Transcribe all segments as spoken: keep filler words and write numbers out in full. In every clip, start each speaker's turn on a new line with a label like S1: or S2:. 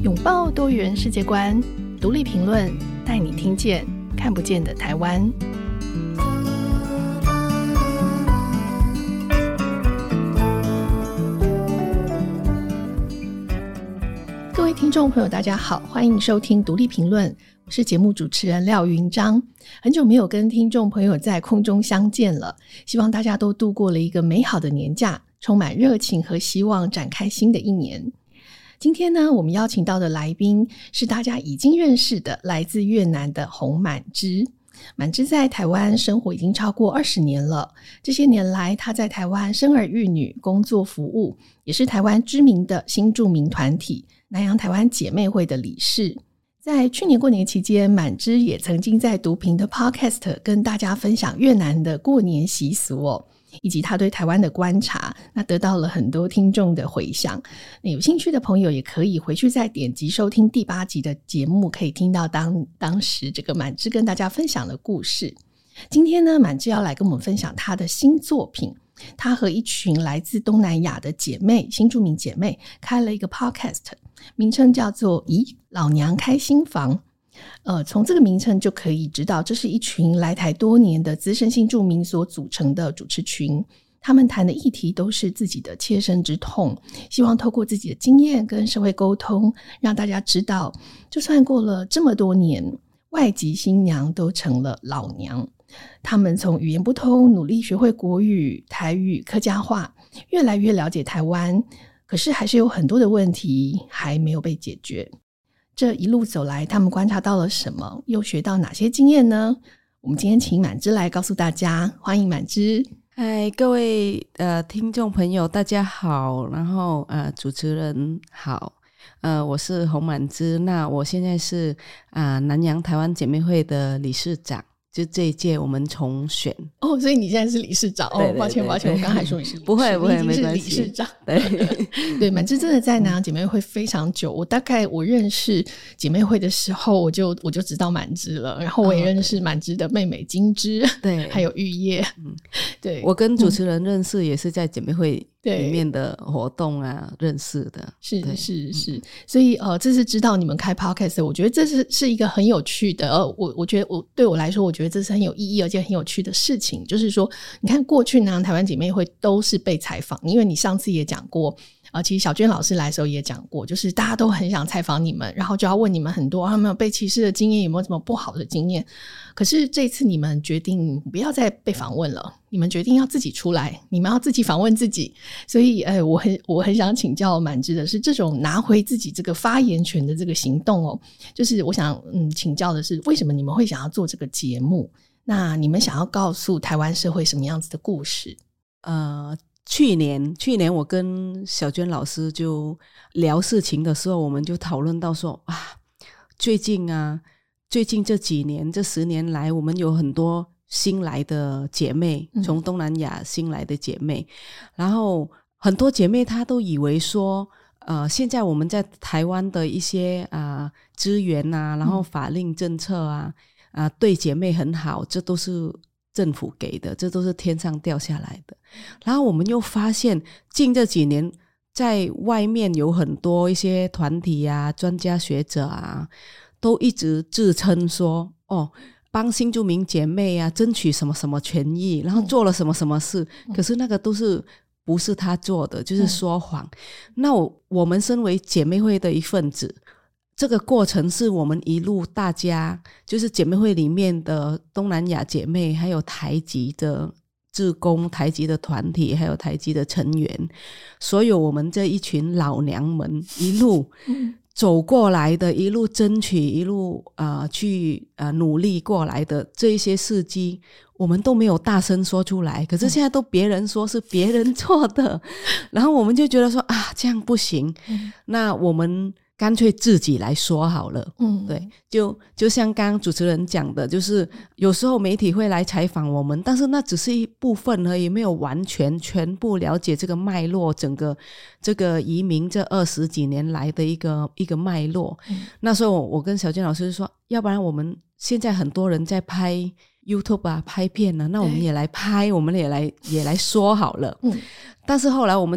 S1: 拥抱多元世界观，独立评论，带你听见看不见的台湾。各位听众朋友大家好，欢迎收听独立评论，我是节目主持人廖云章。很久没有跟听众朋友在空中相见了，希望大家都度过了一个美好的年假，充满热情和希望，展开新的一年。今天呢，我们邀请到的来宾是大家已经认识的来自越南的洪满芝。满芝在台湾生活已经超过二十年了，这些年来她在台湾生儿育女，工作服务，也是台湾知名的新住民团体南洋台湾姐妹会的理事。在去年过年期间，满芝也曾经在读评的 podcast 跟大家分享越南的过年习俗哦，以及他对台湾的观察，那得到了很多听众的回响。那有兴趣的朋友也可以回去再点击收听第八集的节目，可以听到当当时这个满芝跟大家分享的故事。今天呢，满芝要来跟我们分享她的新作品。她和一群来自东南亚的姐妹，新住民姐妹开了一个 podcast， 名称叫做咦老娘开新房。呃，从这个名称就可以知道，这是一群来台多年的资深新住民所组成的主持群。他们谈的议题都是自己的切身之痛，希望透过自己的经验跟社会沟通，让大家知道，就算过了这么多年，外籍新娘都成了老娘。他们从语言不通，努力学会国语、台语、客家话，越来越了解台湾，可是还是有很多的问题还没有被解决。这一路走来，他们观察到了什么，又学到哪些经验呢？我们今天请满芝来告诉大家。欢迎满芝。
S2: 嗨，各位呃听众朋友大家好，然后呃主持人好，呃我是洪满芝。那我现在是啊、呃、南洋台湾姐妹会的理事长，就这一届我们重选
S1: 哦，所以你现在是理事长。哦，抱歉抱歉，我刚才说你是理事，
S2: 不会不会，
S1: 你已经是理事长。对对，满芝真的在南洋姐妹会非常久，我大概我认识姐妹会的时候，我就我就知道满芝了，然后我也认识满芝的妹妹金芝，对，还有玉叶。嗯，对，
S2: 我跟主持人认识也是在姐妹会里面的活动啊认识的。
S1: 是是是，所以呃，这是知道你们开 podcast， 我觉得这是是一个很有趣的，呃，我我觉得我对我来说，我觉得这是很有意义而且很有趣的事情。就是说，你看过去南洋台湾姐妹会都是被采访，因为你上次也讲过。呃，其实小娟老师来的时候也讲过，就是大家都很想采访你们，然后就要问你们很多，有没有被歧视的经验，有没有什么不好的经验。可是这次你们决定不要再被访问了，你们决定要自己出来，你们要自己访问自己。所以呃，我很我很想请教满芝的是，这种拿回自己这个发言权的这个行动哦，就是我想嗯请教的是，为什么你们会想要做这个节目？那你们想要告诉台湾社会什么样子的故事？
S2: 呃去年去年我跟小娟老师就聊事情的时候，我们就讨论到说啊，最近啊最近这几年这十年来，我们有很多新来的姐妹，从东南亚新来的姐妹、嗯、然后很多姐妹她都以为说呃，现在我们在台湾的一些啊、呃、资源啊，然后法令政策啊啊、呃、对姐妹很好，这都是政府给的，这都是天上掉下来的。然后我们又发现近这几年在外面有很多一些团体啊专家学者啊都一直自称说哦帮新住民姐妹啊争取什么什么权益，然后做了什么什么事、嗯、可是那个都是不是他做的，就是说谎、嗯、那 我, 我们身为姐妹会的一份子，这个过程是我们一路大家就是姐妹会里面的东南亚姐妹，还有台籍的志工、台籍的团体，还有台籍的成员，所有我们这一群老娘们一路走过来的，一路争取，一路、呃、去、呃、努力过来的这一些事迹，我们都没有大声说出来，可是现在都别人说是别人做的，然后我们就觉得说啊，这样不行，那我们干脆自己来说好了。嗯，对，就就像刚刚主持人讲的，就是有时候媒体会来采访我们，但是那只是一部分而已，没有完全全部了解这个脉络，整个这个移民这二十几年来的一个一个脉络、嗯、那时候我跟小娟老师说，要不然我们现在很多人在拍 YouTube 啊拍片啊，那我们也来拍，我们也来也来说好了。嗯，但是后来我们就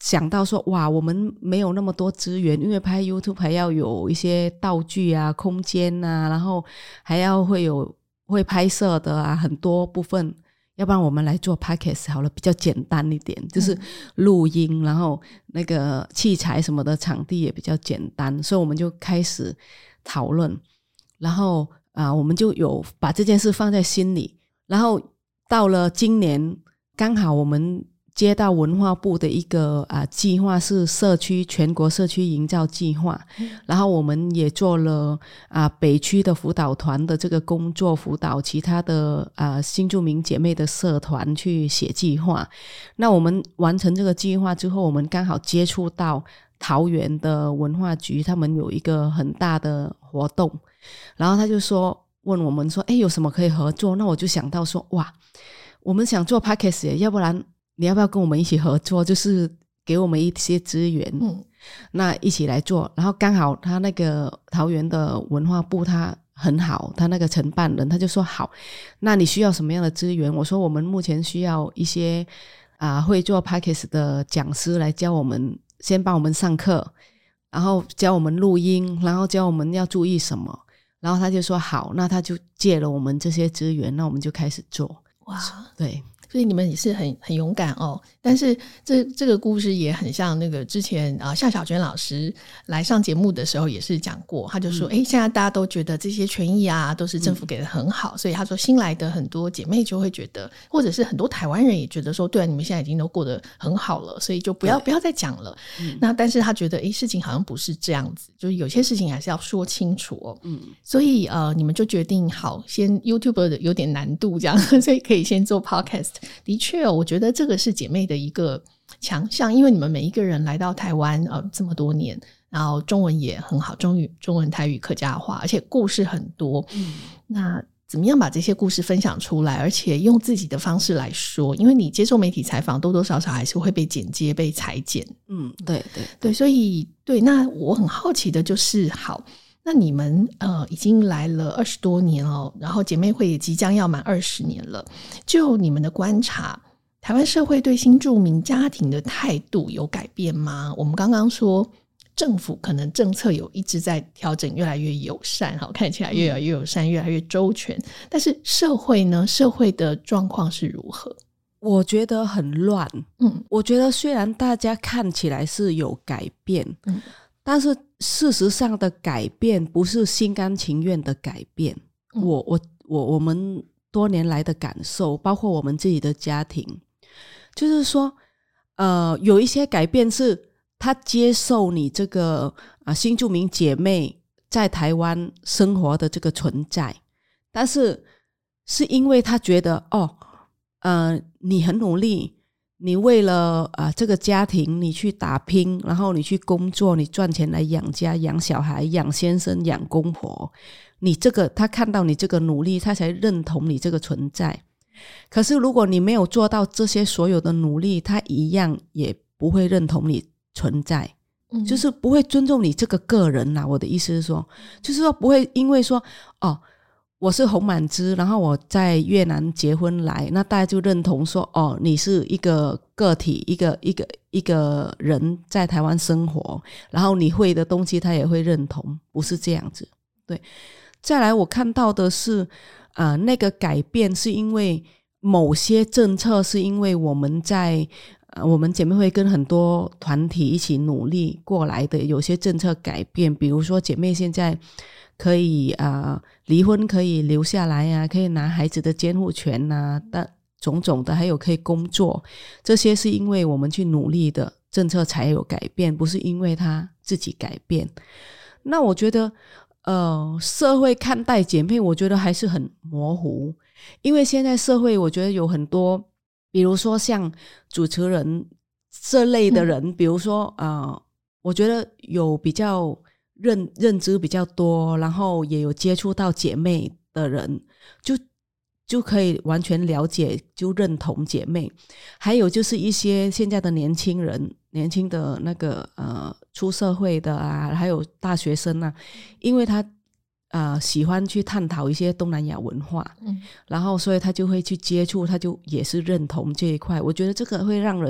S2: 想到说哇我们没有那么多资源，因为拍 YouTube 还要有一些道具啊空间啊，然后还要会有会拍摄的啊很多部分，要不然我们来做 Podcast 好了，比较简单一点，就是录音、嗯、然后那个器材什么的场地也比较简单，所以我们就开始讨论，然后啊，我们就有把这件事放在心里，然后到了今年刚好我们接到文化部的一个啊计划，是社区全国社区营造计划、嗯、然后我们也做了啊北区的辅导团的这个工作，辅导其他的啊新住民姐妹的社团去写计划。那我们完成这个计划之后，我们刚好接触到桃园的文化局，他们有一个很大的活动，然后他就说问我们说诶有什么可以合作。那我就想到说哇我们想做 Podcast 耶，要不然你要不要跟我们一起合作，就是给我们一些资源、嗯、那一起来做。然后刚好他那个桃园的文化部他很好，他那个承办人他就说好，那你需要什么样的资源？我说我们目前需要一些啊会做 Podcast 的讲师来教我们，先帮我们上课，然后教我们录音，然后教我们要注意什么。然后他就说好，那他就借了我们这些资源，那我们就开始做。
S1: 哇，
S2: 对，
S1: 所以你们也是很很勇敢哦。但是这这个故事也很像那个之前啊、呃，夏小娟老师来上节目的时候也是讲过，他就说哎、嗯，现在大家都觉得这些权益啊都是政府给的很好、嗯、所以他说新来的很多姐妹就会觉得，或者是很多台湾人也觉得说对啊，你们现在已经都过得很好了，所以就不要不要再讲了、嗯、那但是他觉得哎，事情好像不是这样子，就是有些事情还是要说清楚哦。嗯，所以呃，你们就决定好先 YouTube 的有点难度这样，所以可以先做 Podcast。的确哦，我觉得这个是姐妹的一个强项，因为你们每一个人来到台湾呃这么多年，然后中文也很好，中语中文台语客家话，而且故事很多、嗯、那怎么样把这些故事分享出来，而且用自己的方式来说，因为你接受媒体采访多多少少还是会被剪接被裁剪。
S2: 嗯，对对
S1: 对，所以对，那我很好奇的就是好，那你们呃已经来了二十多年哦，然后姐妹会也即将要满二十年了，就你们的观察，台湾社会对新住民家庭的态度有改变吗？我们刚刚说政府可能政策有一直在调整，越来越友善，好，看起来越来越友善、嗯、越来越周全，但是社会呢？社会的状况是如何？
S2: 我觉得很乱。嗯，我觉得虽然大家看起来是有改变，嗯，但是事实上的改变不是心甘情愿的改变。嗯、我我我我们多年来的感受，包括我们自己的家庭，就是说呃，有一些改变是他接受你这个啊新住民姐妹在台湾生活的这个存在，但是是因为他觉得哦呃，你很努力，你为了啊、呃、这个家庭你去打拼，然后你去工作，你赚钱来养家养小孩养先生养公婆，你这个他看到你这个努力，他才认同你这个存在。可是如果你没有做到这些所有的努力，他一样也不会认同你存在、嗯、就是不会尊重你这个个人啦、啊、我的意思是说，就是说不会因为说哦我是洪满之，然后我在越南结婚来，那大家就认同说哦你是一个个体，一个一个一个人在台湾生活，然后你会的东西他也会认同，不是这样子。对，再来我看到的是呃，那个改变是因为某些政策，是因为我们在呃，我们姐妹会跟很多团体一起努力过来的，有些政策改变，比如说姐妹现在可以啊、呃、离婚可以留下来啊，可以拿孩子的监护权啊，但种种的，还有可以工作，这些是因为我们去努力的政策才有改变，不是因为他自己改变。那我觉得呃，社会看待姐妹我觉得还是很模糊，因为现在社会我觉得有很多比如说像主持人这类的人、嗯、比如说呃，我觉得有比较认认知比较多，然后也有接触到姐妹的人，就就可以完全了解，就认同姐妹。还有就是一些现在的年轻人，年轻的那个呃出社会的啊，还有大学生啊，因为他呃喜欢去探讨一些东南亚文化、嗯、然后所以他就会去接触，他就也是认同这一块。我觉得这个会让人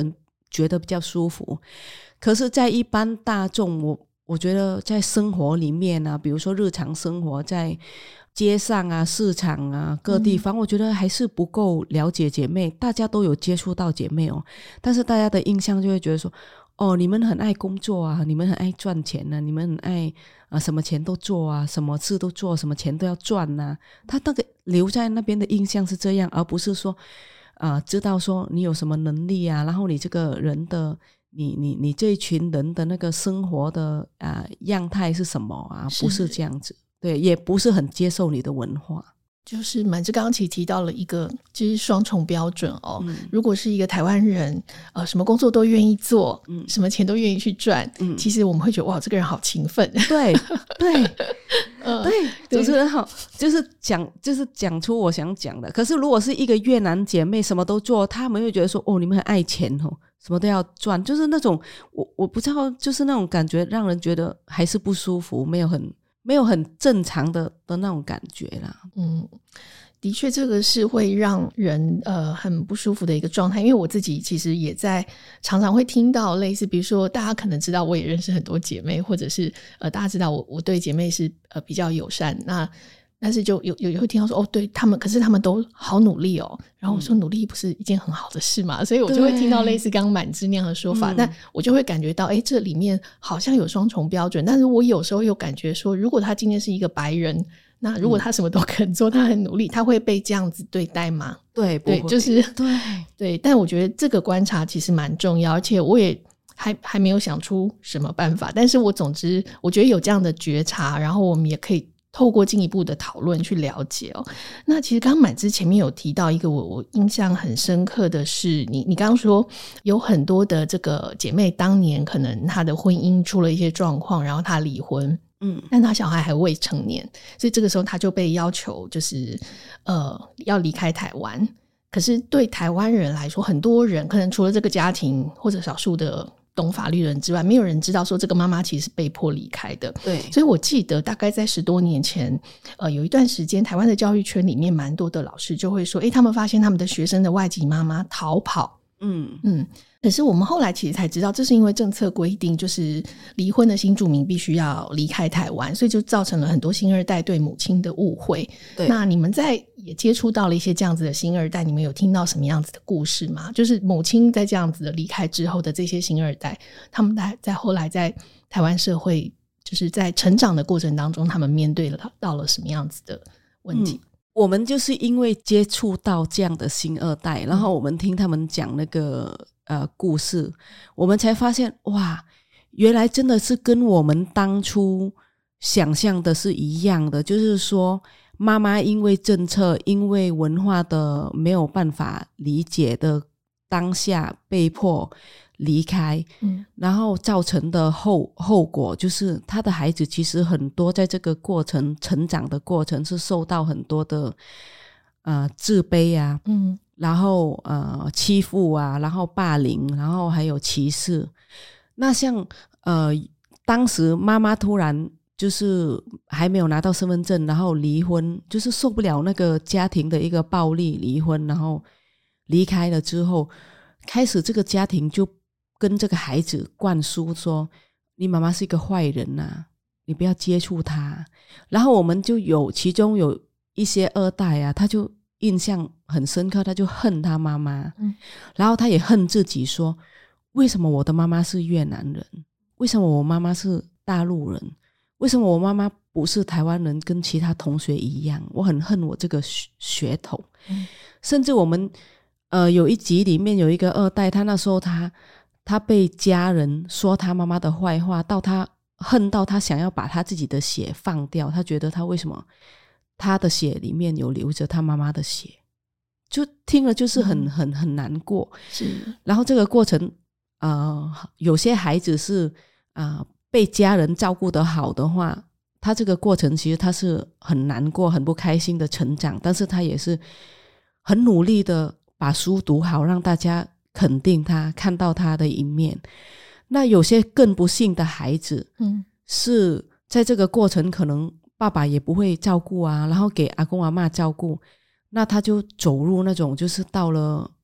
S2: 觉得比较舒服。可是在一般大众，我我觉得在生活里面啊，比如说日常生活，在街上啊、市场啊各地方、嗯、我觉得还是不够了解姐妹。大家都有接触到姐妹哦，但是大家的印象就会觉得说，哦，你们很爱工作啊，你们很爱赚钱啊，你们很爱啊，什么钱都做啊，什么事都做，什么钱都要赚啊。他那个留在那边的印象是这样，而不是说啊、呃，知道说你有什么能力啊，然后你这个人的你你你这一群人的那个生活的啊、呃、样态是什么啊，不是这样子。对，也不是很接受你的文化。
S1: 就是满枝刚刚其实提到了一个就是双重标准哦、嗯、如果是一个台湾人呃，什么工作都愿意做、嗯、什么钱都愿意去赚、嗯、其实我们会觉得哇这个人好勤奋。
S2: 对对、呃、对，主持人好，就是讲就是讲出我想讲的。可是如果是一个越南姐妹什么都做，他们会觉得说哦你们很爱钱哦，什么都要赚，就是那种我我不知道，就是那种感觉让人觉得还是不舒服，没有很没有很正常的的那种感觉啦。
S1: 嗯，的确这个是会让人呃很不舒服的一个状态，因为我自己其实也在常常会听到类似，比如说大家可能知道我也认识很多姐妹，或者是呃大家知道我我对姐妹是呃比较友善，那但是就有有会听到说哦对他们，可是他们都好努力哦，然后我说努力不是一件很好的事嘛、嗯、所以我就会听到类似刚刚满枝那样的说法，但我就会感觉到哎，这里面好像有双重标准。但是我有时候又感觉说，如果他今天是一个白人，那如果他什么都肯做、嗯、他很努力，他会被这样子对待吗？
S2: 对
S1: 对，就是
S2: 对
S1: 对。但我觉得这个观察其实蛮重要，而且我也还还没有想出什么办法，但是我总之我觉得有这样的觉察，然后我们也可以透过进一步的讨论去了解哦。那其实刚刚满枝前面有提到一个我我印象很深刻的是，你你刚刚说有很多的这个姐妹当年可能她的婚姻出了一些状况，然后她离婚，嗯，但她小孩还未成年，所以这个时候她就被要求就是呃要离开台湾。可是对台湾人来说，很多人可能除了这个家庭或者少数的懂法律的人之外，没有人知道说这个妈妈其实是被迫离开的。
S2: 对，
S1: 所以我记得大概在十多年前呃，有一段时间台湾的教育圈里面蛮多的老师就会说，诶，他们发现他们的学生的外籍妈妈逃跑。嗯嗯，可是我们后来其实才知道，这是因为政策规定，就是离婚的新住民必须要离开台湾，所以就造成了很多新二代对母亲的误会。对，那你们在也接触到了一些这样子的新二代，你们有听到什么样子的故事吗？就是母亲在这样子的离开之后的这些新二代，他们在在后来在台湾社会，就是在成长的过程当中，他们面对了到了什么样子的问题？嗯，
S2: 我们就是因为接触到这样的新二代，然后我们听他们讲那个呃故事，我们才发现哇，原来真的是跟我们当初想象的是一样的，就是说妈妈因为政策因为文化的没有办法理解的当下被迫离开，嗯，然后造成的后后果就是他的孩子其实很多在这个过程成长的过程是受到很多的呃自卑啊，嗯，然后呃欺负啊，然后霸凌，然后还有歧视。那像呃当时妈妈突然就是还没有拿到身份证，然后离婚，就是受不了那个家庭的一个暴力离婚，然后离开了之后，开始这个家庭就跟这个孩子灌输说你妈妈是一个坏人啊，你不要接触她。然后我们就有其中有一些二代啊，他就印象很深刻，他就恨他妈妈，嗯，然后他也恨自己，说为什么我的妈妈是越南人，为什么我妈妈是大陆人，为什么我妈妈不是台湾人跟其他同学一样，我很恨我这个血统，嗯，甚至我们呃有一集里面有一个二代，他那时候他他被家人说他妈妈的坏话，到他恨到他想要把他自己的血放掉，他觉得他为什么他的血里面有流着他妈妈的血，就听了就是很很很难过。是，然后这个过程呃有些孩子是呃被家人照顾得好的话，他这个过程其实他是很难过很不开心的成长，但是他也是很努力的把书读好，让大家肯定他，看到他的一面。那有些更不幸的孩子，嗯，是在这个过程可能爸爸也不会照顾啊，然后给阿公阿嬷照顾，那他就走入那种就是到了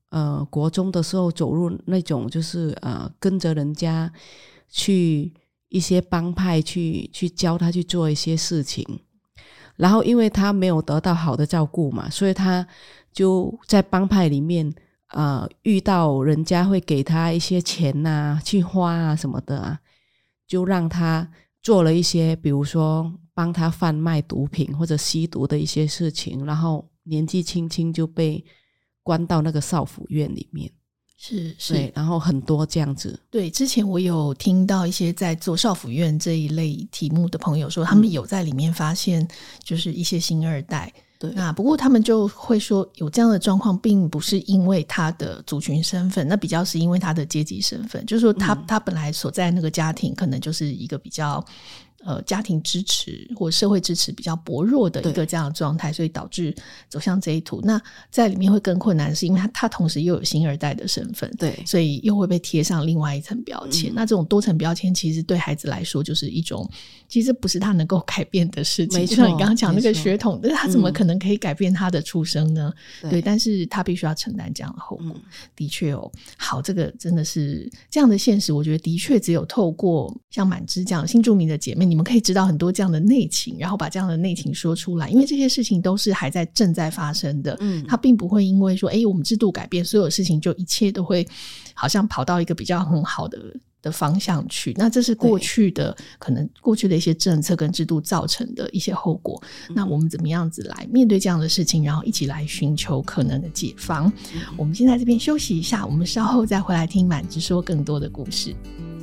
S2: 呃国中的时候走入那种就是呃跟着人家去一些帮派去去教他去做一些事情，然后因为他没有得到好的照顾嘛，所以他就在帮派里面呃遇到人家会给他一些钱啊去花啊什么的啊，就让他做了一些比如说帮他贩卖毒品或者吸毒的一些事情，然后年纪轻轻就被关到那个少府院里面。
S1: 是是，
S2: 对，然后很多这样子。
S1: 对，之前我有听到一些在做少府院这一类题目的朋友说，他们有在里面发现就是一些星二代。
S2: 对，
S1: 那不过他们就会说有这样的状况并不是因为他的族群身份，那比较是因为他的阶级身份，就是说他、嗯、他本来所在那个家庭可能就是一个比较呃家庭支持或社会支持比较薄弱的一个这样的状态，所以导致走向这一途。那在里面会更困难是因为他他同时又有星二代的身份，对，所以又会被贴上另外一层标签、嗯、那这种多层标签其实对孩子来说就是一种其实不是他能够改变的事情，就像你刚刚讲那个血统，但是他怎么可能可以改变他的出生呢、嗯、对，但是他必须要承担这样的后果、嗯、的确哦。好，这个真的是这样的现实，我觉得的确只有透过像满枝这样新住民的姐妹，你们可以知道很多这样的内情，然后把这样的内情说出来，因为这些事情都是还在正在发生的，嗯，它并不会因为说诶我们制度改变，所有事情就一切都会好像跑到一个比较很好的的方向去，那这是过去的可能过去的一些政策跟制度造成的一些后果、嗯、那我们怎么样子来面对这样的事情，然后一起来寻求可能的解方、嗯、我们先在这边休息一下，我们稍后再回来听满枝说更多的故事。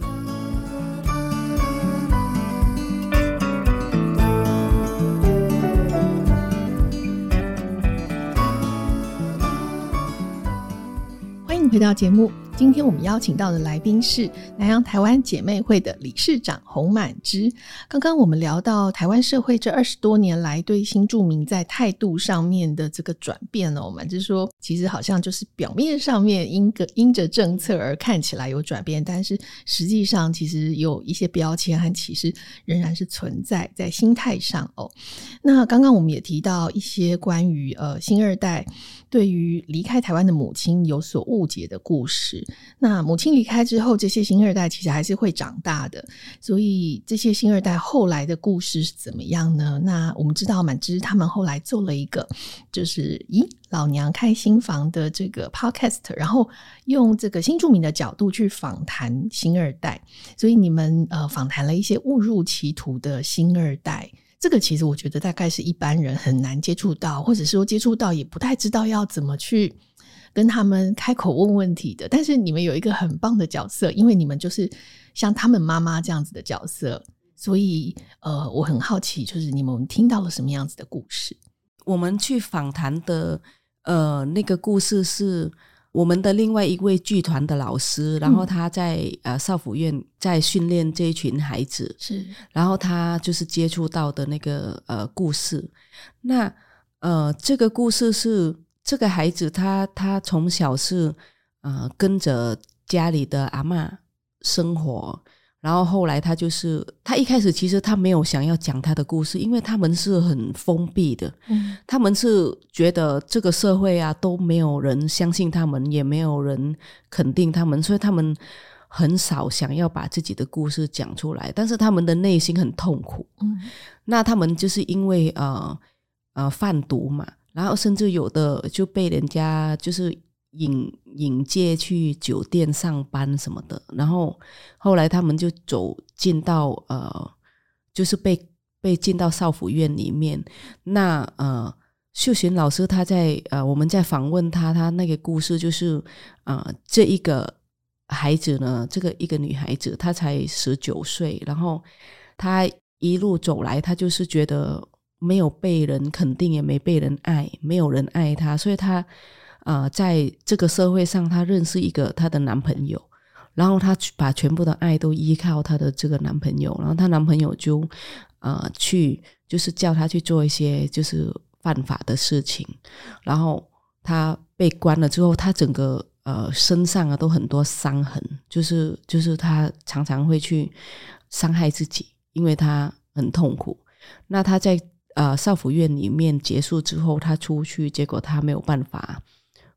S1: 欢迎回到节目，今天我们邀请到的来宾是南洋台湾姐妹会的理事长洪满枝。刚刚我们聊到台湾社会这二十多年来对新住民在态度上面的这个转变哦，满枝说其实好像就是表面上面因个因着政策而看起来有转变，但是实际上其实有一些标签和歧视仍然是存在在心态上哦。那刚刚我们也提到一些关于呃新二代对于离开台湾的母亲有所误解的故事，那母亲离开之后，这些新二代其实还是会长大的，所以这些新二代后来的故事是怎么样呢？那我们知道满枝他们后来做了一个就是咦老娘开新房的这个 podcast， 然后用这个新住民的角度去访谈新二代，所以你们呃访谈了一些误入歧途的新二代，这个其实我觉得大概是一般人很难接触到，或者说接触到也不太知道要怎么去跟他们开口问问题的，但是你们有一个很棒的角色，因为你们就是像他们妈妈这样子的角色，所以呃，我很好奇就是你们听到了什么样子的故事。
S2: 我们去访谈的呃那个故事是我们的另外一位剧团的老师，然后他在、嗯、呃少府院在训练这一群孩子，是，然后他就是接触到的那个呃故事。那呃这个故事是这个孩子他他从小是呃跟着家里的阿嬷生活，然后后来他就是他一开始其实他没有想要讲他的故事，因为他们是很封闭的、嗯、他们是觉得这个社会啊都没有人相信他们，也没有人肯定他们，所以他们很少想要把自己的故事讲出来，但是他们的内心很痛苦、嗯、那他们就是因为呃呃贩毒嘛，然后甚至有的就被人家就是引引介去酒店上班什么的，然后后来他们就走进到呃，就是被被进到少府院里面。那呃，秀璇老师他在呃，我们在访问他，他那个故事就是呃，这一个孩子呢，这个一个女孩子，她才十九岁，然后她一路走来，她就是觉得没有被人肯定，也没被人爱，没有人爱她，所以她呃，在这个社会上她认识一个她的男朋友，然后她把全部的爱都依靠她的这个男朋友，然后她男朋友就呃去就是叫她去做一些就是犯法的事情，然后她被关了之后，她整个呃身上啊都很多伤痕，就是就是她常常会去伤害自己，因为她很痛苦。那她在呃少府院里面结束之后，她出去，结果她没有办法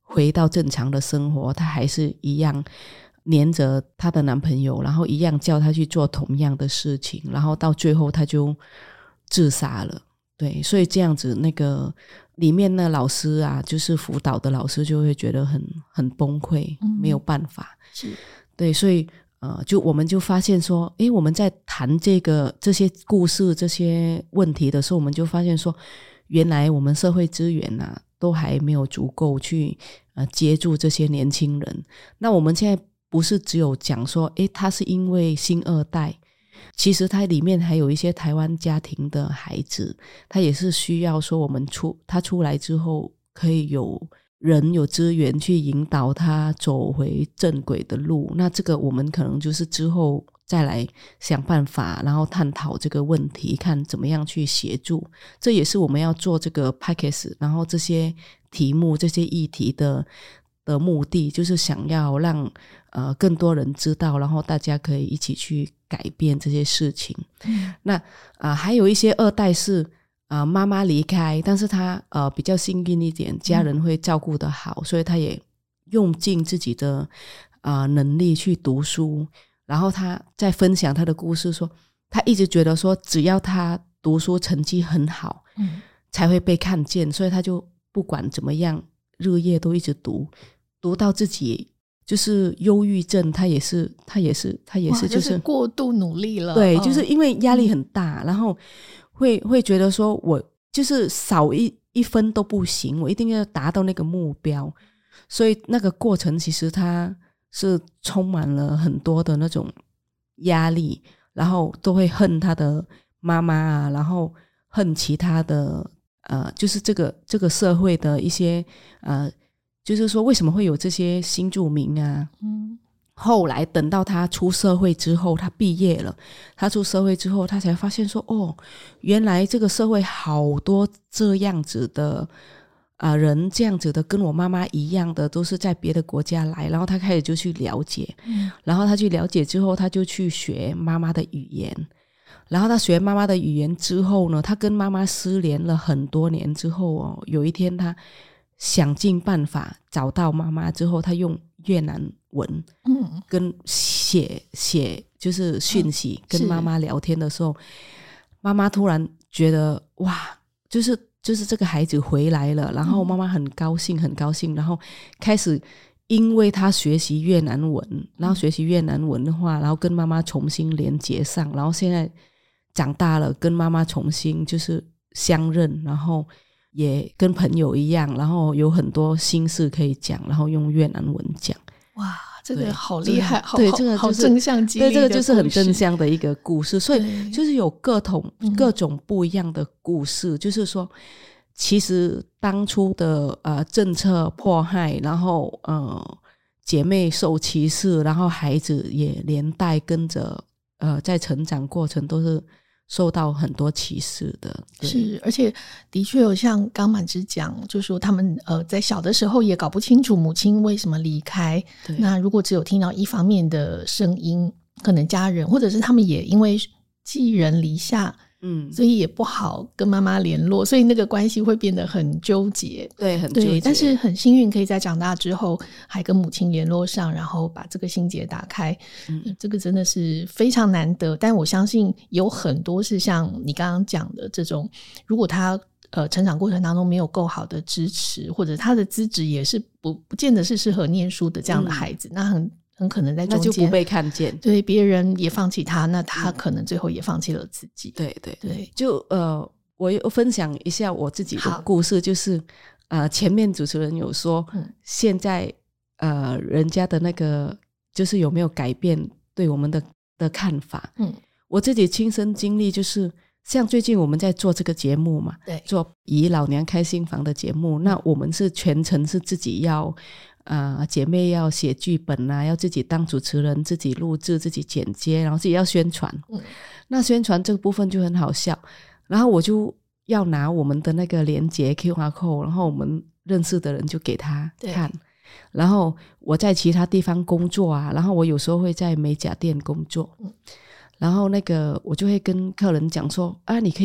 S2: 回到正常的生活，她还是一样黏着她的男朋友，然后一样叫她去做同样的事情，然后到最后她就自杀了。对，所以这样子那个里面的老师啊，就是辅导的老师就会觉得很很崩溃、嗯、没有办法。
S1: 是，
S2: 对，所以呃，就我们就发现说，诶，我们在谈这个这些故事这些问题的时候，我们就发现说，原来我们社会资源啊都还没有足够去呃接住这些年轻人。那我们现在不是只有讲说，诶，他是因为新二代，其实它里面还有一些台湾家庭的孩子，他也是需要说我们出他出来之后可以有人有资源去引导他走回正轨的路。那这个我们可能就是之后再来想办法，然后探讨这个问题，看怎么样去协助。这也是我们要做这个 podcast 然后这些题目这些议题的的目的，就是想要让呃更多人知道，然后大家可以一起去改变这些事情。嗯、那啊、呃、还有一些二代是啊、呃、妈妈离开，但是他呃比较幸运一点，家人会照顾得好、嗯、所以他也用尽自己的啊、呃、能力去读书。然后他在分享他的故事说，他一直觉得说只要他读书成绩很好、嗯、才会被看见，所以他就不管怎么样日夜都一直读，读到自己就是忧郁症，他也是他也是他也是就是、
S1: 就是过度努力了。
S2: 对、
S1: 哦、
S2: 就是因为压力很大、嗯、然后会会觉得说我就是少一一分都不行，我一定要达到那个目标，所以那个过程其实他是充满了很多的那种压力，然后都会恨他的妈妈啊，然后恨其他的呃，就是这个这个社会的一些呃，就是说为什么会有这些新住民啊。嗯，后来等到他出社会之后，他毕业了，他出社会之后他才发现说，哦，原来这个社会好多这样子的呃，人这样子的跟我妈妈一样的都是在别的国家来，然后他开始就去了解、嗯、然后他去了解之后他就去学妈妈的语言，然后他学妈妈的语言之后呢，他跟妈妈失联了很多年之后哦，有一天他想尽办法找到妈妈之后，他用越南文跟写写就是讯息、嗯、跟妈妈聊天的时候，妈妈突然觉得哇，就是就是这个孩子回来了，然后妈妈很高兴很高兴，然后开始因为他学习越南文，然后学习越南文的话，然后跟妈妈重新连接上，然后现在长大了跟妈妈重新就是相认，然后也跟朋友一样，然后有很多心事可以讲，然后用越南文讲。
S1: 哇，这个好厉害，好
S2: 对，这个、就是、
S1: 好正向激励的故事。
S2: 对，这个就是很正向的一个故事，所以就是有各种各种不一样的故事、嗯、就是说其实当初的呃政策迫害，然后呃姐妹受歧视，然后孩子也连带跟着呃在成长过程都是受到很多歧视的。
S1: 是，而且的确有像刚满之讲，就是说他们呃在小的时候也搞不清楚母亲为什么离开，那如果只有听到一方面的声音，可能家人或者是他们也因为寄人篱下，嗯，所以也不好跟妈妈联络，所以那个关系会变得很纠结。
S2: 对，很纠结。
S1: 对，但是很幸运可以在长大之后还跟母亲联络上，然后把这个心结打开、嗯、这个真的是非常难得。但我相信有很多是像你刚刚讲的这种，如果他呃成长过程当中没有够好的支持，或者他的资质也是不不见得是适合念书的这样的孩子、嗯、那很很可能在中间
S2: 那就不被看见，
S1: 对，别人也放弃他，那他可能最后也放弃了自己、
S2: 嗯、对对
S1: 对，
S2: 就呃，我分享一下我自己的故事，就是呃，前面主持人有说、嗯、现在呃，人家的那个就是有没有改变对我们的的看法。嗯，我自己亲身经历就是像最近我们在做这个节目嘛，
S1: 对，
S2: 做以老娘开新房的节目、嗯、那我们是全程是自己要呃，姐妹要写剧本啊，要自己当主持人，自己录制，自己剪接，然后自己要宣传、嗯、那宣传这个部分就很好笑，然后我就要拿我们的那个连结 Q R code， 然后我们认识的人就给他看，然后我在其他地方工作啊，然后我有时候会在美甲店工作、嗯、然后那个我就会跟客人讲说啊，你可以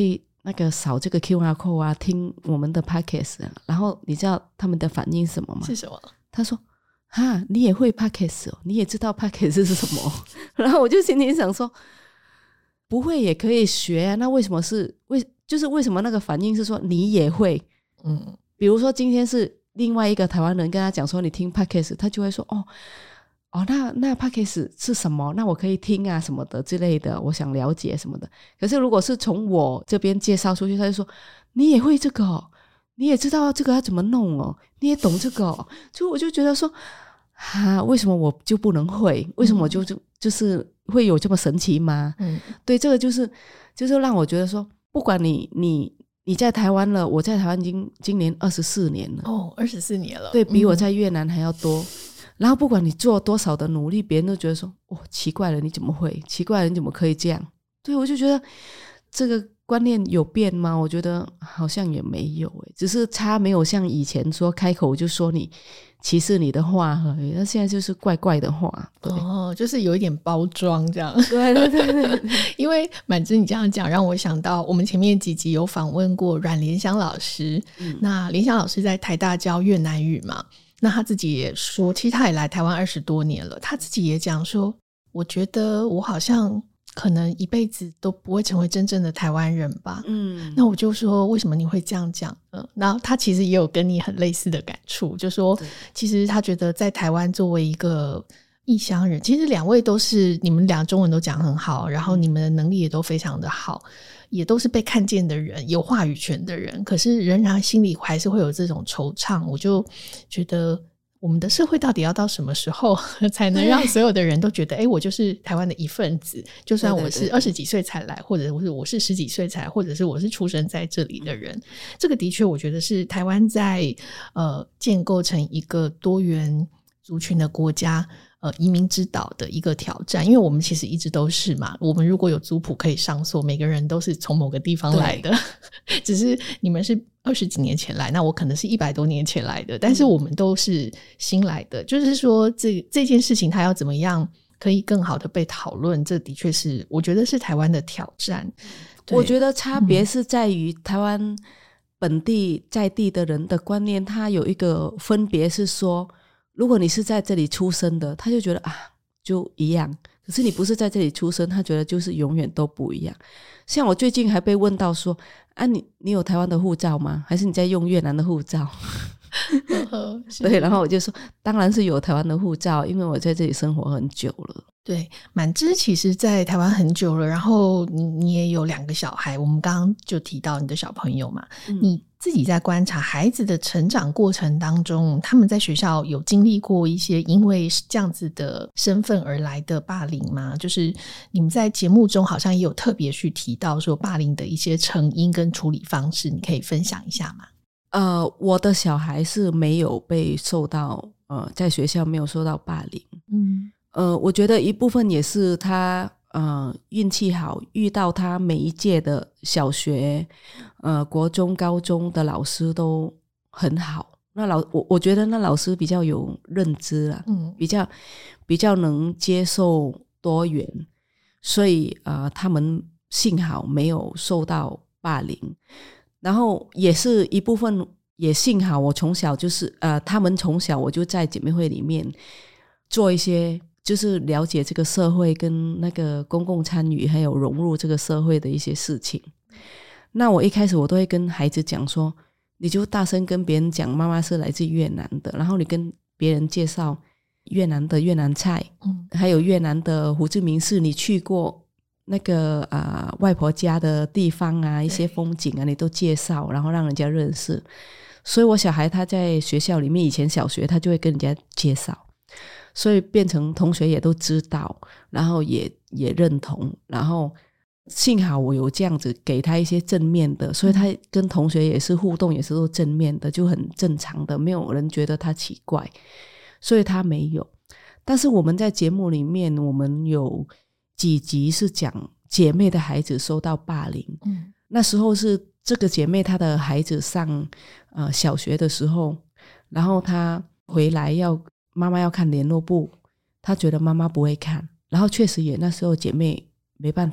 S2: 那个扫这个 Q R code 啊，听我们的 podcast 啊，然后你知道他们的反应是什么吗？
S1: 是什么？
S2: 他说哈，你也会 podcast 哦，你也知道 podcast 是什么？然后我就心里想说，不会也可以学啊，那为什么是为就是为什么那个反应是说你也会？嗯，比如说今天是另外一个台湾人跟他讲说你听 podcast， 他就会说哦哦，那那 podcast 是什么？那我可以听啊什么的之类的，我想了解什么的。可是如果是从我这边介绍出去，他就说你也会这个哦，你也知道这个要怎么弄哦，你也懂这个哦，就我就觉得说啊，为什么我就不能会？为什么我就就就是会有这么神奇吗？嗯，对，这个就是就是让我觉得说，不管你你你在台湾了，我在台湾已经今年二十四年了
S1: 哦，二十四年了，
S2: 对，比我在越南还要多。嗯，然后不管你做多少的努力，别人都觉得说哦，奇怪了，你怎么会？奇怪了，你怎么可以这样？对，我就觉得这个观念有变吗？我觉得好像也没有耶，只是差没有像以前说开口就说你歧视你的话而已，那现在就是怪怪的话。对
S1: 哦，就是有一点包装这样。
S2: 对对对对对
S1: 因为满芝你这样讲让我想到我们前面几集有访问过阮莲香老师，嗯，那莲香老师在台大教越南语嘛，那他自己也说，其实他也来台湾二十多年了，他自己也讲说，我觉得我好像可能一辈子都不会成为真正的台湾人吧。嗯，那我就说为什么你会这样讲呢？然后他其实也有跟你很类似的感触，就说其实他觉得在台湾作为一个异乡人，其实两位都是你们俩中文都讲很好，然后你们的能力也都非常的好，也都是被看见的人，有话语权的人，可是仍然心里还是会有这种惆怅。我就觉得我们的社会到底要到什么时候才能让所有的人都觉得哎，我就是台湾的一份子，就算我是二十几岁才来，或者我是十几岁才来，或者是我是出生在这里的人，这个的确我觉得是台湾在呃建构成一个多元族群的国家呃，移民之岛的一个挑战。因为我们其实一直都是嘛，我们如果有族谱可以上溯，每个人都是从某个地方来的只是你们是二十几年前来，那我可能是一百多年前来的，但是我们都是新来的、嗯、就是说这这件事情它要怎么样可以更好的被讨论，这的确是我觉得是台湾的挑战。
S2: 我觉得差别是在于台湾本地在地的人的观念，它有一个分别是说，如果你是在这里出生的，他就觉得啊就一样，可是你不是在这里出生，他觉得就是永远都不一样。像我最近还被问到说啊你你有台湾的护照吗？还是你在用越南的护照对，然后我就说当然是有台湾的护照，因为我在这里生活很久了。
S1: 对，满芝其实在台湾很久了，然后 你, 你也有两个小孩，我们刚刚就提到你的小朋友嘛、嗯、你自己在观察孩子的成长过程当中，他们在学校有经历过一些因为这样子的身份而来的霸凌吗？就是你们在节目中好像也有特别去提到说霸凌的一些成因跟处理方式，你可以分享一下吗？
S2: 呃，我的小孩是没有被受到呃，在学校没有受到霸凌。嗯，呃，我觉得一部分也是他呃运气好，遇到他每一届的小学、呃国中、高中的老师都很好。那老我我觉得那老师比较有认知啦，嗯，比较比较能接受多元，所以呃他们幸好没有受到霸凌。然后也是一部分也幸好我从小就是呃，他们从小我就在姐妹会里面做一些就是了解这个社会跟那个公共参与还有融入这个社会的一些事情。那我一开始我都会跟孩子讲说，你就大声跟别人讲妈妈是来自越南的，然后你跟别人介绍越南的越南菜、嗯、还有越南的胡志明市你去过那个啊、呃、外婆家的地方啊，一些风景啊你都介绍，然后让人家认识。所以我小孩他在学校里面以前小学他就会跟人家介绍，所以变成同学也都知道，然后也也认同，然后幸好我有这样子给他一些正面的，所以他跟同学也是互动也是都正面的，就很正常的，没有人觉得他奇怪，所以他没有。但是我们在节目里面我们有几集是讲姐妹的孩子受到霸凌、嗯、那时候是这个姐妹她的孩子上呃小学的时候，然后她回来要妈妈要看联络簿，她觉得妈妈不会看，然后确实也那时候姐妹没办法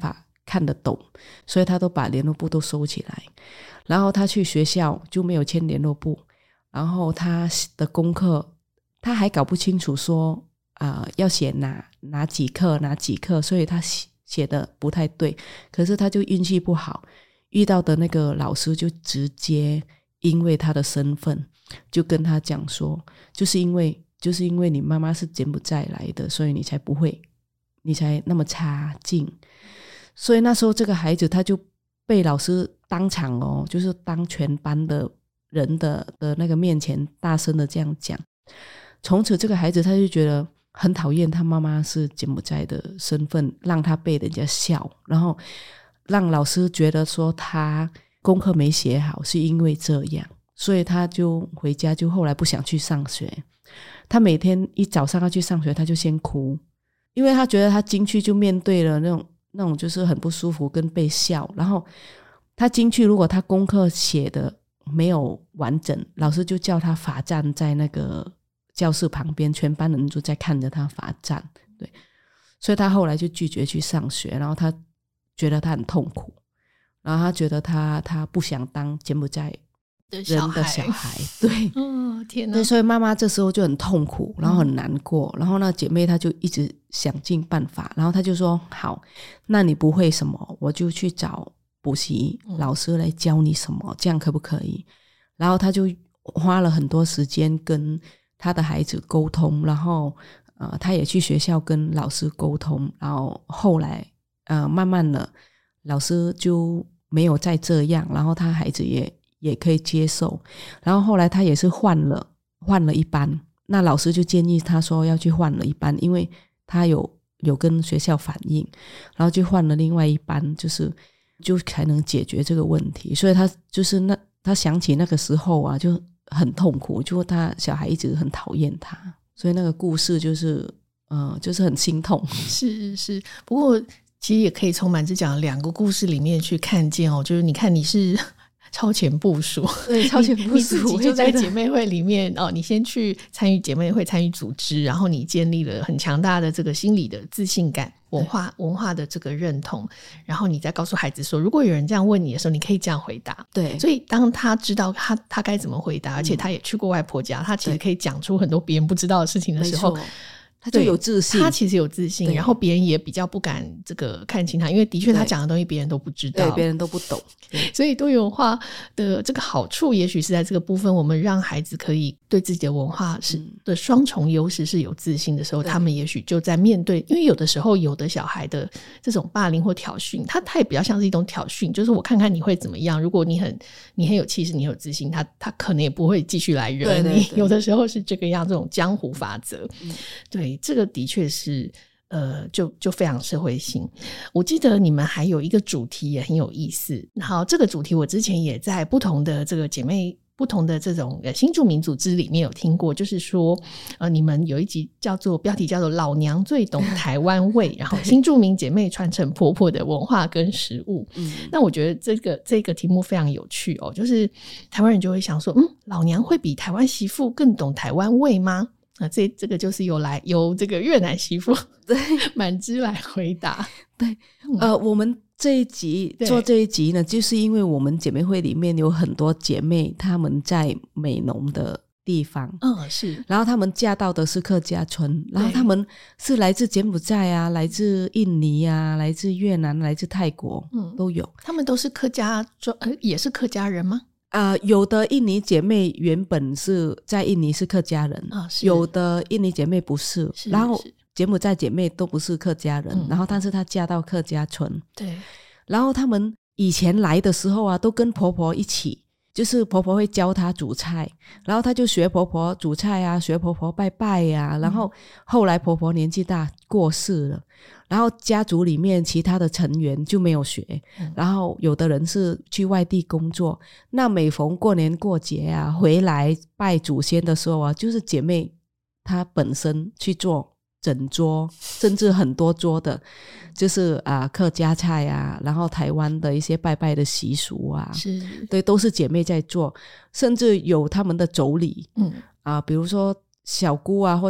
S2: 看得懂，所以他都把联络簿都收起来。然后他去学校就没有签联络簿，然后他的功课他还搞不清楚说呃，要写哪哪几课哪几课，所以他写写的不太对。可是他就运气不好，遇到的那个老师就直接因为他的身份就跟他讲说，就是因为就是因为你妈妈是柬埔寨来的，所以你才不会，你才那么差劲。所以那时候这个孩子他就被老师当场哦，就是当全班的人的的那个面前大声的这样讲。从此这个孩子他就觉得很讨厌他妈妈是柬埔寨的身份，让他被人家笑，然后让老师觉得说他功课没写好是因为这样，所以他就回家，就后来不想去上学。他每天一早上要去上学他就先哭，因为他觉得他进去就面对了那种那种就是很不舒服跟被笑。然后他进去如果他功课写的没有完整，老师就叫他罚站在那个教室旁边，全班人就在看着他罚站。对，所以他后来就拒绝去上学，然后他觉得他很痛苦，然后他觉得他他不想当柬埔寨人的小孩。对，
S1: 哦天哪！
S2: 对，所以妈妈这时候就很痛苦，然后很难过，嗯、然后那姐妹她就一直想尽办法，然后她就说好，那你不会什么我就去找补习老师来教你什么、嗯、这样可不可以？然后她就花了很多时间跟她的孩子沟通，然后呃，她也去学校跟老师沟通，然后后来呃，慢慢的老师就没有再这样，然后她孩子也也可以接受。然后后来她也是换了换了一班，那老师就建议她说要去换了一班，因为她有有跟学校反映，然后就换了另外一班，就是就才能解决这个问题。所以她就是那她想起那个时候啊就很痛苦，就她小孩一直很讨厌她，所以那个故事就是呃，就是很心痛。
S1: 是是，不过其实也可以从满之讲两个故事里面去看见哦，就是你看你是超前部署，
S2: 对，超前部署，
S1: 你自己就在姐妹会里面哦，你先去参与姐妹会，参与组织，然后你建立了很强大的这个心理的自信感，文化文化的这个认同，然后你再告诉孩子说，如果有人这样问你的时候，你可以这样回答。
S2: 对，
S1: 所以当他知道他他该怎么回答，而且他也去过外婆家，他其实可以讲出很多别人不知道的事情的时候，
S2: 他就有自信，
S1: 他其实有自信，然后别人也比较不敢这个看清他，因为的确他讲的东西别人都不知道，
S2: 对，别人都不懂。
S1: 所以多元文化的这个好处也许是在这个部分，我们让孩子可以对自己的文化是、嗯、的双重优势是有自信的时候，他们也许就在面对，因为有的时候有的小孩的这种霸凌或挑衅，他他也比较像是一种挑衅，就是我看看你会怎么样，如果你很你很有气势，你很有自信，他他可能也不会继续来惹你。对对对，有的时候是这个样，这种江湖法则、嗯、对，这个的确是呃，就就非常社会性。我记得你们还有一个主题也很有意思，然后这个主题我之前也在不同的这个姐妹不同的这种呃新住民组织里面有听过，就是说呃，你们有一集叫做标题叫做老娘最懂台湾味然后新住民姐妹传承婆婆的文化跟食物、嗯、那我觉得这个这个题目非常有趣哦，就是台湾人就会想说，嗯，老娘会比台湾媳妇更懂台湾味吗？啊，这这个就是由来由这个越南媳妇对满之来回答。
S2: 对、嗯、呃，我们这一集做这一集呢，就是因为我们姐妹会里面有很多姐妹她们在美浓的地方，
S1: 嗯，是，
S2: 然后她们嫁到的是客家村，然后她们是来自柬埔寨啊，来自印尼啊，来自越南，来自泰国，嗯，都有。
S1: 她们都是客家、呃、也是客家人吗？
S2: 呃，有的印尼姐妹原本是在印尼是客家人、哦、有的印尼姐妹不 是, 是然后柬埔寨姐妹都不是客家人、嗯、然后但是她嫁到客家村，对，然后她们以前来的时候啊都跟婆婆一起，就是婆婆会教她煮菜，然后她就学婆婆煮菜啊，学婆婆拜拜啊，然后后来婆婆年纪大过世了，然后家族里面其他的成员就没有学、嗯、然后有的人是去外地工作，那每逢过年过节啊回来拜祖先的时候啊，就是姐妹她本身去做整桌，甚至很多桌的就是啊、呃、客家菜啊，然后台湾的一些拜拜的习俗啊，是，对，都是姐妹在做，甚至有他们的妯娌，嗯啊、呃，比如说小姑啊或者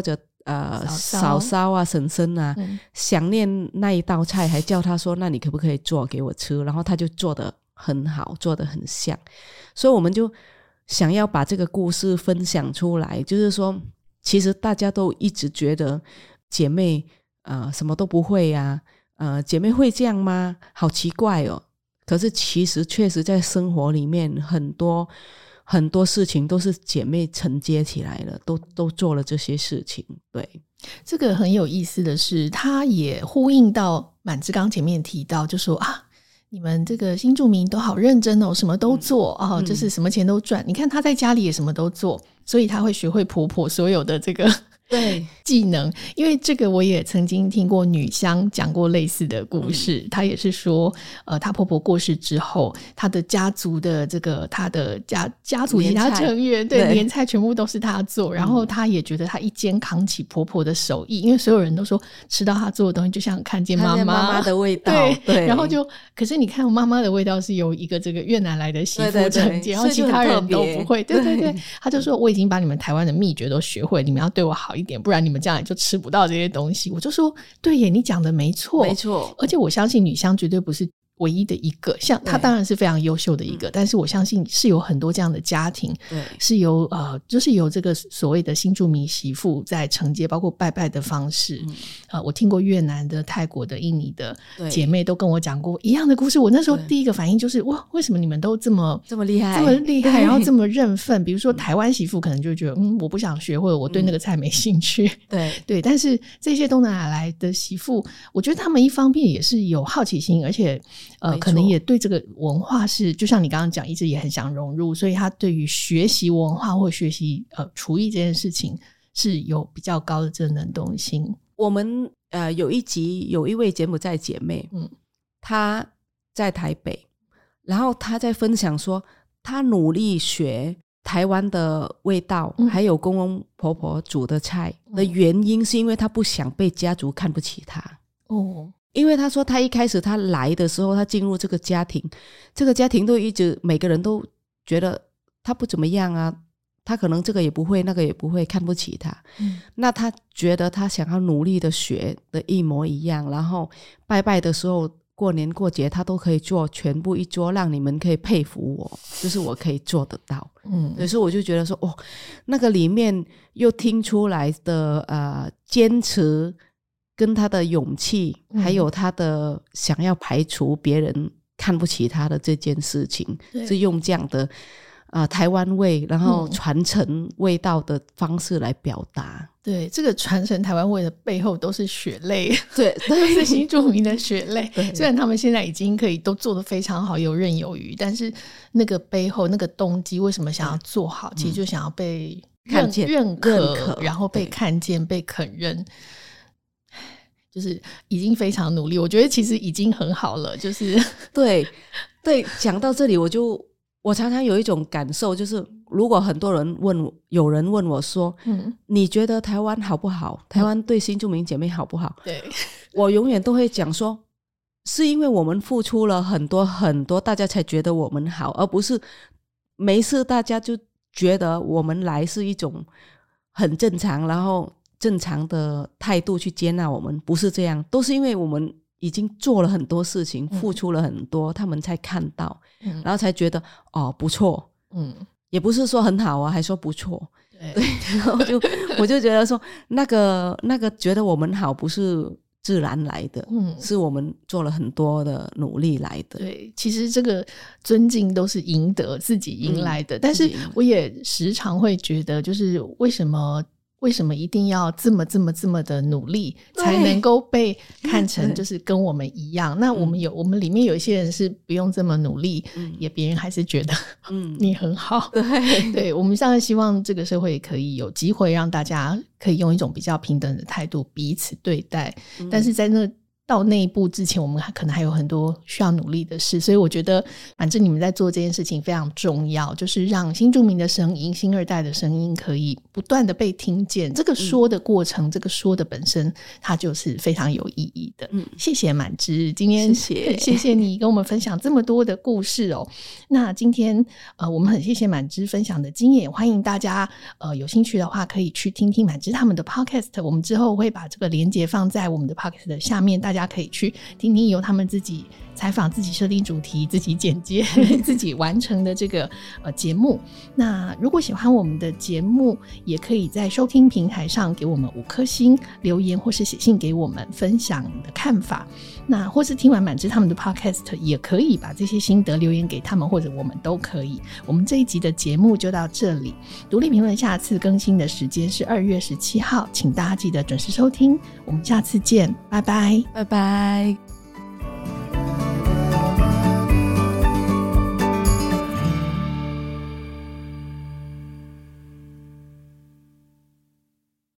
S2: 呃
S1: 嫂
S2: 嫂嫂啊婶婶啊、嗯、想念那一道菜，还叫他说那你可不可以做给我吃，然后他就做得很好，做得很像，所以我们就想要把这个故事分享出来，就是说其实大家都一直觉得姐妹呃什么都不会啊，呃姐妹会这样吗？好奇怪哦。可是其实确实在生活里面很多很多事情都是姐妹承接起来了，都都做了这些事情。对，
S1: 这个很有意思的是，他也呼应到满之刚前面提到，就说啊，你们这个新住民都好认真哦，什么都做、嗯、哦，就是什么钱都赚、嗯、你看他在家里也什么都做，所以他会学会婆婆所有的这个
S2: 对
S1: 技能。因为这个我也曾经听过女香讲过类似的故事、嗯、她也是说呃，她婆婆过世之后，她的家族的这个她的家家族其他成员对年菜全部都是她做、嗯、然后她也觉得她一肩扛起婆婆的手艺，因为所有人都说吃到她做的东西就像看见妈妈
S2: 妈妈的味道。
S1: 对,
S2: 对，
S1: 然后就可是你看妈妈的味道是由一个这个越南来的媳妇承接，然后其他人都不会。对对对，她就说我已经把你们台湾的秘诀都学会，你们要对我好一点，不然你们将来就吃不到这些东西。我就说对耶，你讲的没错
S2: 没错，
S1: 而且我相信女香绝对不是唯一的一个，像她当然是非常优秀的一个，但是我相信是有很多这样的家庭，对，是由呃，就是由这个所谓的新住民媳妇在承接，包括拜拜的方式、嗯呃、我听过越南的、泰国的、印尼的姐妹都跟我讲过一样的故事。我那时候第一个反应就是哇，为什么你们都这么
S2: 这么厉害
S1: 这么厉害，然后这么认份？比如说台湾媳妇可能就觉得嗯，我不想学，或者我对那个菜没兴趣、嗯、对对，但是这些东南亚来的媳妇，我觉得他们一方面也是有好奇心，而且呃，可能也对这个文化是就像你刚刚讲一直也很想融入，所以他对于学习文化或学习呃厨艺这件事情是有比较高的这能动性。
S2: 我们呃有一集有一位柬埔寨姐妹，嗯，她在台北，然后她在分享说她努力学台湾的味道、嗯、还有公公婆婆煮的菜的原因是因为她不想被家族看不起她。哦，因为他说他一开始他来的时候，他进入这个家庭，这个家庭都一直每个人都觉得他不怎么样啊，他可能这个也不会那个也不会，看不起他、嗯、那他觉得他想要努力的学的一模一样，然后拜拜的时候过年过节他都可以做全部一桌，让你们可以佩服我，就是我可以做得到。嗯，所以我就觉得说哦，那个里面又听出来的呃坚持跟他的勇气、嗯、还有他的想要排除别人看不起他的这件事情，是用这样的呃台湾味然后传承味道的方式来表达、嗯、
S1: 对，这个传承台湾味的背后都是血泪，
S2: 对，
S1: 都是新住民的血泪。虽然他们现在已经可以都做得非常好，游刃有余，但是那个背后那个动机为什么想要做好、嗯、其实就想要被认看见认可, 认可然后被看见被肯认，就是已经非常努力，我觉得其实已经很好了。就是
S2: 对对，讲到这里我就我常常有一种感受，就是如果很多人问我，有人问我说、嗯、你觉得台湾好不好，台湾对新住民姐妹好不好、嗯、对，我永远都会讲说是因为我们付出了很多很多，大家才觉得我们好，而不是没事大家就觉得我们来是一种很正常然后正常的态度去接纳我们，不是这样，都是因为我们已经做了很多事情、嗯、付出了很多，他们才看到、嗯、然后才觉得哦不错，嗯，也不是说很好啊，还说不错， 对, 对然后就我就觉得说那个那个觉得我们好不是自然来的、嗯、是我们做了很多的努力来的。
S1: 对，其实这个尊敬都是赢得自己赢来的、嗯、但是我也时常会觉得就是为什么为什么一定要这么这么这么的努力才能够被看成就是跟我们一样？那我们有、嗯、我们里面有一些人是不用这么努力、嗯、也别人还是觉得嗯你很好。对对，我们当然希望这个社会可以有机会让大家可以用一种比较平等的态度彼此对待、嗯、但是在那到那一步之前，我们可能还有很多需要努力的事，所以我觉得反正你们在做这件事情非常重要，就是让新住民的声音、新二代的声音可以不断的被听见。这个说的过程、嗯、这个说的本身它就是非常有意义的。嗯，谢谢满芝，今天
S2: 谢谢
S1: 谢谢你跟我们分享这么多的故事哦。那今天呃，我们很谢谢满芝分享的经验，欢迎大家呃有兴趣的话可以去听听满芝他们的 podcast， 我们之后会把这个连结放在我们的 podcast 的下面，大家可以去听听由他们自己采访、自己设定主题、自己剪接自己完成的这个呃节目。那如果喜欢我们的节目，也可以在收听平台上给我们五颗星留言，或是写信给我们分享你的看法。那或是听完满芝他们的 podcast， 也可以把这些心得留言给他们，或者我们都可以。我们这一集的节目就到这里，独立评论下次更新的时间是二月十七号，请大家记得准时收听，我们下次见，拜拜，
S2: 拜拜。